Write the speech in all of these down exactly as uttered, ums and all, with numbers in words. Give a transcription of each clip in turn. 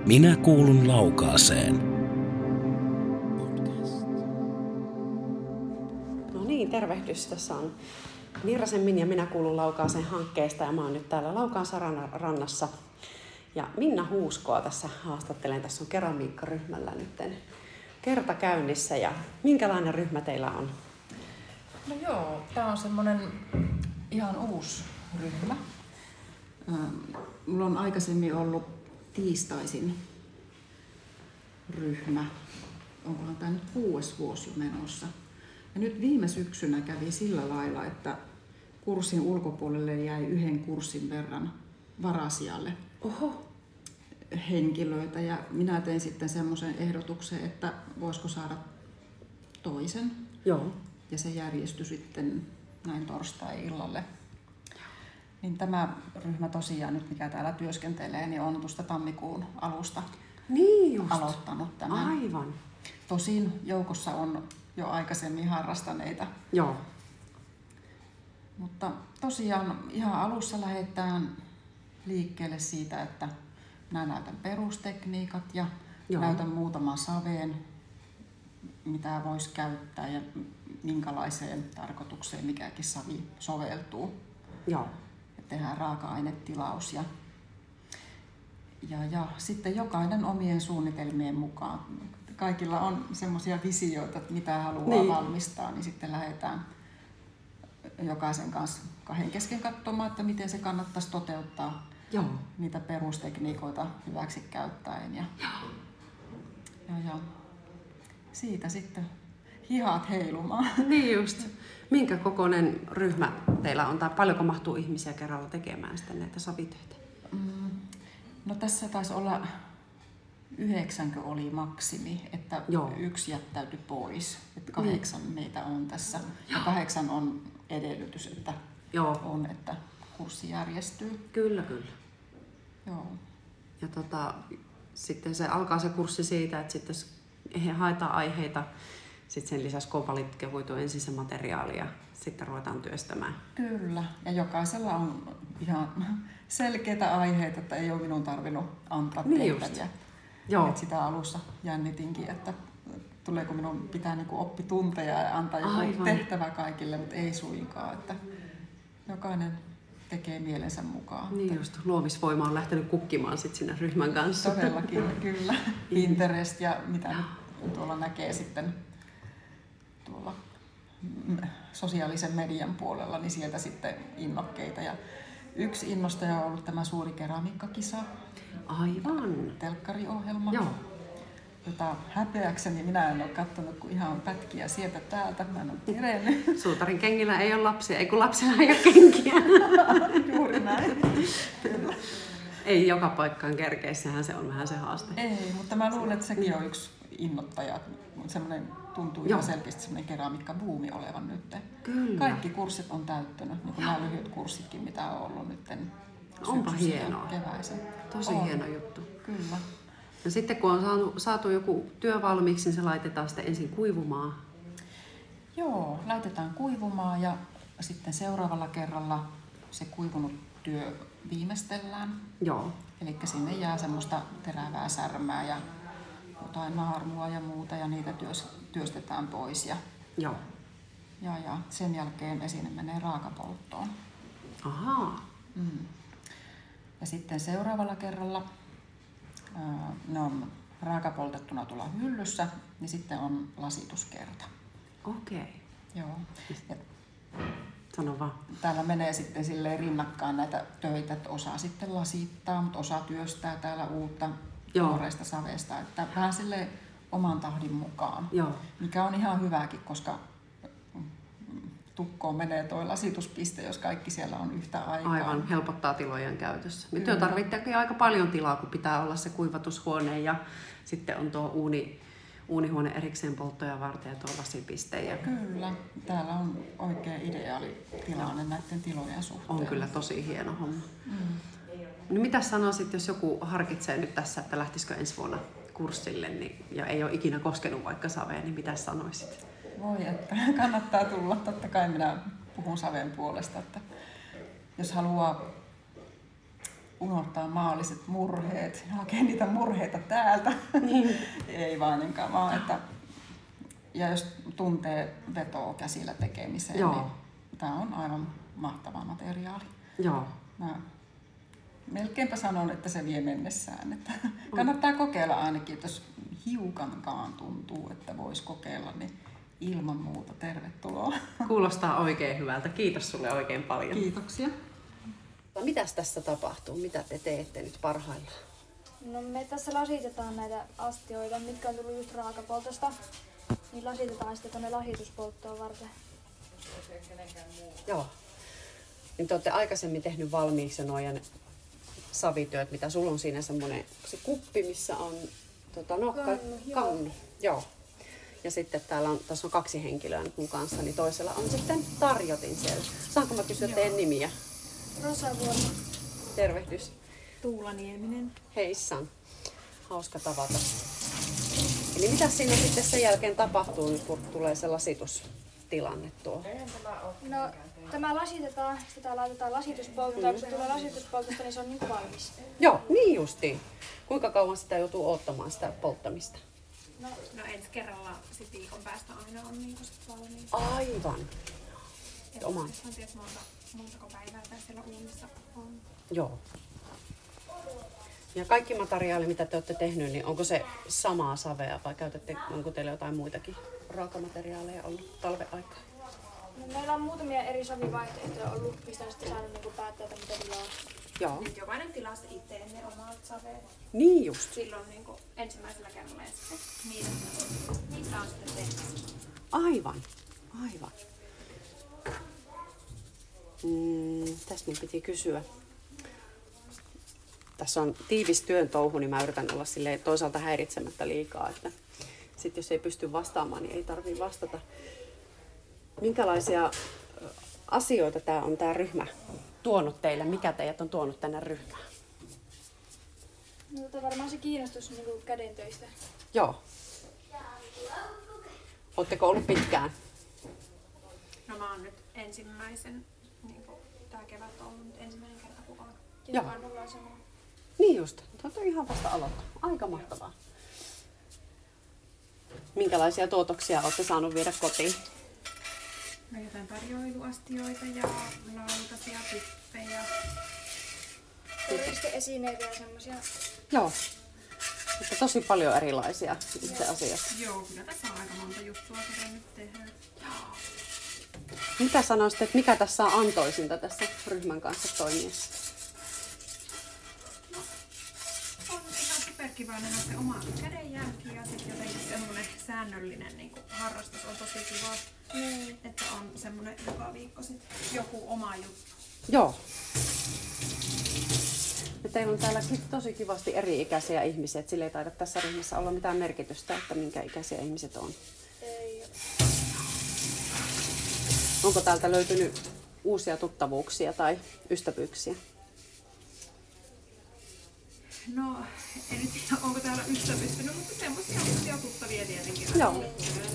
Minä kuulun Laukaaseen. No niin, tervehdys. Tässä on Mirrasen Minja ja Minä kuulun Laukaaseen hankkeesta ja mä oon nyt täällä Laukaan rannassa. Ja Minna Huuskoa tässä haastattelen. Tässä on keramiikkaryhmällä nyt kerta käynnissä. Ja minkälainen ryhmä teillä on? No joo, tää on semmonen ihan uusi ryhmä. Mulla on aikaisemmin ollut tiistaisin ryhmä. Onkohan tämä nyt kuudes vuosi jo menossa. Ja nyt viime syksynä kävi sillä lailla, että kurssin ulkopuolelle jäi yhden kurssin verran varasijalle Oho. henkilöitä. Ja minä tein sitten semmoisen ehdotuksen, että voisiko saada toisen. Joo. Ja se järjestyi sitten näin torstai-illalle. Niin tämä ryhmä tosiaan nyt, mikä täällä työskentelee, niin on tuosta tammikuun alusta niin just. aloittanut tämän. Aivan. Tosin joukossa on jo aikaisemmin harrastaneita. Joo. Mutta tosiaan ihan alussa lähdetään liikkeelle siitä, että minä näytän perustekniikat ja Joo. näytän muutaman saveen, mitä voisi käyttää ja minkälaiseen tarkoitukseen mikäkin savi soveltuu. Joo. Tehdään raaka-ainetilaus ja, ja, ja sitten jokainen omien suunnitelmien mukaan. Kaikilla on semmoisia visioita, että mitä haluaa niin. valmistaa, niin sitten lähdetään jokaisen kanssa kahden kesken katsomaan, että miten se kannattaisi toteuttaa. Joo. Niitä perustekniikoita hyväksi käyttäen. Ja, ja, ja siitä sitten hihat heilumaan. Niin just. Minkä kokoinen ryhmä teillä on, tai paljonko mahtuu ihmisiä kerralla tekemään sitten näitä savitöitä? Mm, no tässä taisi olla yhdeksänkö oli maksimi, että Joo. yksi jättäytyi pois. Että kahdeksan niin. meitä on tässä. Ja kahdeksan on edellytys, että Joo. on, että kurssi järjestyy. Kyllä, kyllä. Joo. Ja tota, sitten se alkaa se kurssi siitä, että sitten haetaan aiheita. Sitten sen lisäksi kovalitke voitu ensin se materiaali ja sitten ruvetaan työstämään. Kyllä. Ja jokaisella on ihan selkeitä aiheita, että ei ole minun tarvinnut antaa niin tehtäviä. Joo. Et sitä alussa jännitinkin, että tuleeko minun pitää niinku oppitunteja ja antaa joku Aivan. tehtävä kaikille, mutta ei suinkaan. Että jokainen tekee mielensä mukaan. Niin just, luomisvoima on lähtenyt kukkimaan sit siinä ryhmän kanssa. Todellakin, kyllä. Pinterest ja mitä nyt tuolla näkee sitten tuolla sosiaalisen median puolella, niin sieltä sitten innokkeita. Ja yksi innostaja on ollut tämä suuri keramiikkakisa. Aivan. Telkkariohjelma. Joo. Jota häpeäkseni minä en ole katsonut kuin ihan pätkiä sieltä täältä. Mä en ole kerennyt. Suutarin kengillä ei ole lapsia, ei kun lapsilla ei ole kenkiä. Juuri näin. Kyllä. Ei joka paikkaan kerkeä, sehän se on vähän se haaste. Ei, mutta mä luulen, että sekin on yksi innoittaja. Semmoinen tuntuu ihan selkeästi semmoinen keramiikkabuumi olevan nyt. Kyllä. Kaikki kurssit on täyttänyt, niin kuin nämä lyhyet kurssitkin, mitä on ollut nyt. Onpa hienoa. Keväisen. Tosi on. Hieno juttu. Kyllä. Ja sitten kun on saatu, saatu joku työ valmiiksi, niin se laitetaan sitten ensin kuivumaan. Joo, laitetaan kuivumaan ja sitten seuraavalla kerralla se kuivunut työ viimeistellään. Joo. Eli sinne jää semmoista terävää särmää ja jotain naarmua ja muuta ja niitä työstetään pois. Ja, Joo. ja, ja sen jälkeen esine menee raakapolttoon. Ahaa. Mm. Ja sitten seuraavalla kerralla ää, ne on raakapoltettuna tuolla hyllyssä, niin sitten on lasituskerta. Okei. Okay. Joo. Ja Sano vaan. täällä menee sitten silleen rinnakkain näitä töitä, että osa sitten lasittaa, mutta osa työstää täällä uutta tuoreista savesta, että vähän silleen oman tahdin mukaan. Joo. Mikä on ihan hyväkin, koska tukkoon menee tuo lasituspiste, jos kaikki siellä on yhtä aikaa. Aivan, helpottaa tilojen käytössä. Nyt jo tarvitsee aika paljon tilaa, kun pitää olla se kuivatushuone ja sitten on tuo uuni, uunihuone erikseen polttoja varten ja tuo lasipiste. Ja... Kyllä, täällä on oikein ideaali tilanne näiden tilojen suhteen. On kyllä tosi hieno homma. Mm. No, mitä sanoisit, jos joku harkitsee nyt tässä, että lähtisikö ensi vuonna kurssille niin, ja ei ole ikinä koskenut vaikka saveen, niin mitä sanoisit? Voi, että kannattaa tulla. Totta kai minä puhun saveen puolesta, että jos haluaa unohtaa maalliset murheet ja hakee niitä murheita täältä. Ei vainenkaan, vaan että ja jos tuntee vetoa käsillä tekemiseen, Joo. niin tämä on aivan mahtava materiaali. Joo. Mä melkeinpä sanon, että se vie mennessään. Että kannattaa kokeilla ainakin, että jos hiukankaan tuntuu, että voisi kokeilla, niin ilman muuta tervetuloa. Kuulostaa oikein hyvältä. Kiitos sulle oikein paljon. Kiitoksia. Mitäs tässä tapahtuu? Mitä te teette nyt parhaillaan? No me tässä lasitetaan näitä astioita, mitkä on tullut just raakapoltosta. Niin lasitetaan sitten tuonne lasituspolttoon varten. Joo. Niin te olette aikaisemmin tehnyt valmiiksi noiden savityöt, mitä sulla on siinä semmoinen se kuppi, missä on tota, no, kannu. kannu. Joo. Ja sitten täällä on, tässä on kaksi henkilöä nyt mun kanssa, niin toisella on sitten tarjotin siellä. Saanko mä kysyä Joo. teidän nimiä? Rosa Vuorma. Tervehdys. Tuula Nieminen. Heissan. Hauska tavata. Eli mitä siinä sitten sen jälkeen tapahtuu, nyt kun tulee se lasitustilanne tuo? No, tämä lasitetaan, sitä laitetaan lasituspolttoon. Mm. Kun se tulee lasituspoltosta, niin se on niin kuin valmis. Joo, niin justiin. Kuinka kauan sitä joutuu odottamaan sitä polttamista? No, no ensi kerralla sit viikon päästä aina on niin kuin sit valmiin. Aivan. Ja oman. En tiedä monta, montako päivää tässä siellä uunissa on. Joo. Ja kaikki materiaali, mitä te olette tehnyt, niin onko se samaa savea vai käytätte, onko teillä jotain muitakin raakamateriaaleja ollut talven aikaa? No, meillä on muutamia eri savivaihtoehtoja ollut, mistä sitten saanut niin päättää, että mitä tilaa. Joo. Nyt jokainen tilasi itse ne omat saveet. Niin just. Silloin niin kuin ensimmäisellä kerralla ja sitten niitä, niitä on sitten tehty. Aivan, aivan. Mm, tässä minun piti kysyä. Tässä on tiivis työn touhu, niin mä yritän olla silleen toisaalta häiritsemättä liikaa, että sit jos ei pysty vastaamaan, niin ei tarvitse vastata. Minkälaisia asioita tämä on tämä ryhmä tuonut teille? Mikä teidät on tuonut tänne ryhmään? No, varmaan se kiinnostus niin kuin kädentöistä. Joo. Oletteko ollut pitkään? No mä oon nyt ensimmäisen, niin kuin tää kevät on ollut nyt ensimmäinen kerta kun on. Joo. Niin just. Te olette ihan vasta aloittanut. Aika mahtavaa. Minkälaisia tuotoksia olette saanut viedä kotiin? No jotain tarjoiluastioita ja lautasia, pippejä. Todisteesineitä ja semmosia. Joo. Mutta tosi paljon erilaisia itse asiassa. Joo, kyllä tässä on aika monta juttua kerennyt tehdä. Joo. Mitä sanoisit, että mikä tässä on antoisinta tässä ryhmän kanssa toimiessa? No, on ihan superkivaa nähdä se oma kädenjälki ja sitten jotenkin semmoinen säännöllinen niin kuin harrastus on tosi kiva. Mm. Että on semmoinen joka viikko sit joku oma juttu. Joo. Ja teillä on täällä tosi kivasti eri-ikäisiä ihmisiä, että sillä ei taida tässä ryhmässä olla mitään merkitystä, että minkä ikäisiä ihmiset on. Ei ole. Onko täältä löytynyt uusia tuttavuuksia tai ystävyyksiä? No, en nyt tiedä, onko täällä ystävystynyt, mutta semmoisia uusia tuttavia tietenkin. Joo.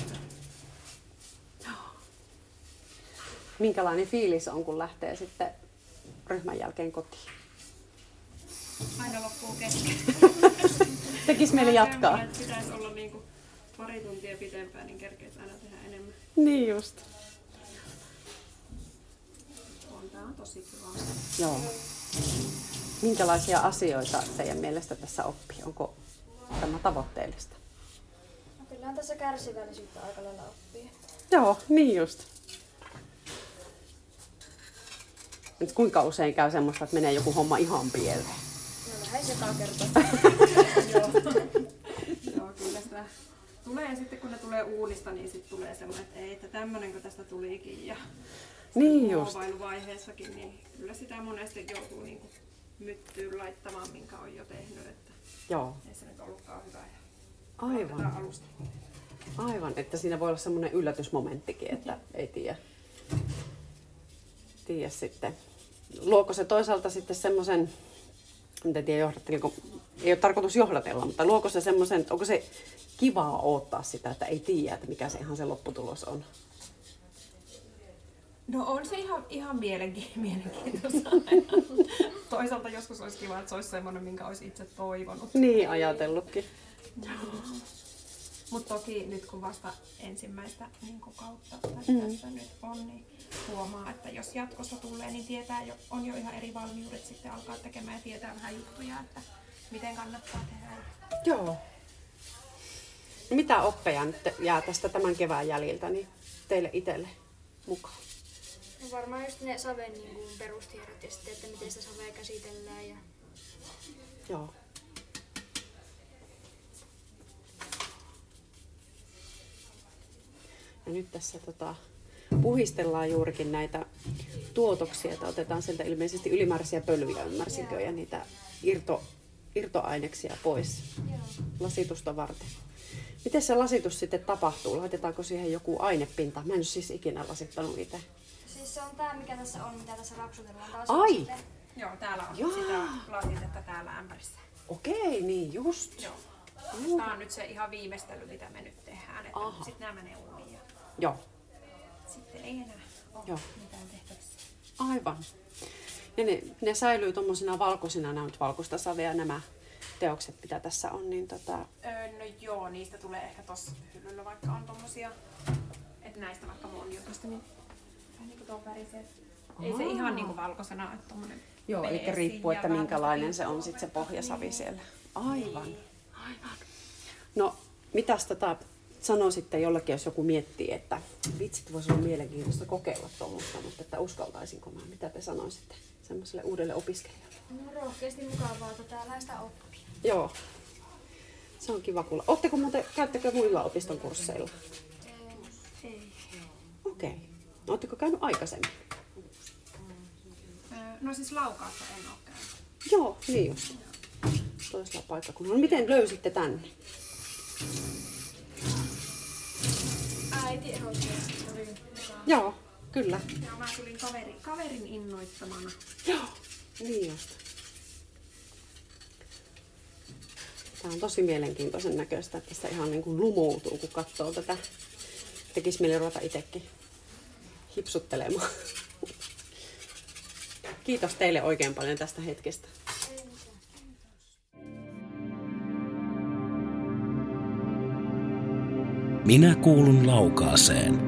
Minkälainen fiilis on, kun lähtee sitten ryhmän jälkeen kotiin? Aina loppuu kesken. Tekis mieli jatkaa. Että pitäisi olla niin kuin pari tuntia pitempään, niin kerkeisi aina tehdä enemmän. Niin just. On, tää on tosi kiva. Joo. Minkälaisia asioita teidän mielestä tässä oppii? Onko tämä tavoitteellista? No, kyllähän tässä kärsivällisyyttä aika lailla oppii. Joo, niin just. Nyt kuinka usein käy semmoista, että menee joku homma ihan pieleen? No vähän sekaan kertaa. Joo. Joo, kyllä sitä tulee. Ja sitten kun ne tulee uunista, niin sitten tulee semmoinen, että ei, että tämmönenkö tästä tulikin. Ja niin just. muovailuvaiheessakin, niin kyllä sitä monesti joutuu niinku myttyyn laittamaan, minkä on jo tehnyt. Että Joo. ei se nyt ollutkaan hyvä. Aivan. Alusta. Aivan, että siinä voi olla semmoinen yllätysmomenttikin, että ei tiedä. tiedä sitten. Luoko se toisaalta sitten semmoisen, en tiedä johdatteliko, ei ole tarkoitus johdatella, mutta luoko se semmoisen, onko se kivaa odottaa sitä, että ei tiedä, että mikä se ihan se lopputulos on? No on se ihan, ihan mielenki- mielenkiintoista toisaalta joskus olisi kiva, että se olisi semmoinen, minkä olisi itse toivonut. Niin, ajatellutkin. Mutta toki nyt kun vasta ensimmäistä niin kautta tässä mm. nyt on, niin huomaa, että jos jatkossa tulee, niin tietää jo, on jo ihan eri valmiudet sitten alkaa tekemään ja tietää vähän juttuja, että miten kannattaa tehdä. Joo. Mitä oppeja nyt jää tästä tämän kevään jäljiltä niin teille itselle mukaan? No varmaan just ne saven niin kuin perustiedot ja sitten, että miten sitä savea käsitellään. Ja... Joo. Ja nyt tässä tota, puhistellaan juurikin näitä tuotoksia, että otetaan sieltä ilmeisesti ylimääräisiä pölyjä, ymmärsinkö, yeah. ja niitä irto, irtoaineksia pois yeah. lasitusta varten. Miten se lasitus sitten tapahtuu? Laitetaanko siihen joku ainepinta? Mä en ole siis ikinä lasittanut itse. Siis se on tää, mikä tässä on, mitä tässä rapsutellaan. Taas Ai! Sitten... Joo, täällä on Jaa. sitä lasitetta täällä ämpärissä. Okei, niin just. Joo. Uh. Tää on nyt se ihan viimeistely, mitä me nyt tehdään. Että sitten nämä menee uuniin. Ja... Joo. Sitten ei enää ole Joo. mitään tehtävissä. Aivan. Ja ne, ne säilyy tommosina valkoisina, nämä nyt valkoista savea, nämä teokset, mitä tässä on. Niin tota... öö, no joo, niistä tulee ehkä tossa hyllyllä, vaikka on tommosia, että näistä vaikka monjutusta, niin vähän niinku tuon väriset. Ei se ihan niinku valkoisena, että tommonen. Joo, eli riippuu, että minkälainen se on sit se pohjasavi niin. siellä. Aivan. Aivan. No, mitäs tota sanoisitte jollekin, jos joku miettii, että vitsit voisi olla mielenkiintoista kokeilla tuommoista, mutta että uskaltaisinko mä? Mitä te sanoisitte semmoiselle uudelle opiskelijalle? No rohkeasti mukavaa, että täällä sitä oppia. Joo. Se on kiva kuulla. Ootteko muuten, käyttekö muilla opiston kursseilla? Ei. Okei. Okay. Ootteko käynyt aikaisemmin? No siis Laukaassa en ole käynyt. Joo, niin just. Toisella paikkakunnalla. No miten löysitte tänne? Äiti ehdotti. Joo, kyllä. Ja mä tulin kaveri, kaverin innoittamana. Joo, niin just. Tää on tosi mielenkiintoisen näköistä, että tässä ihan niin kuin lumoutuu, kun katsoo tätä. Tekis mieli ruveta itsekin hipsuttelemaan. Kiitos teille oikein paljon tästä hetkestä. Minä kuulun Laukaaseen.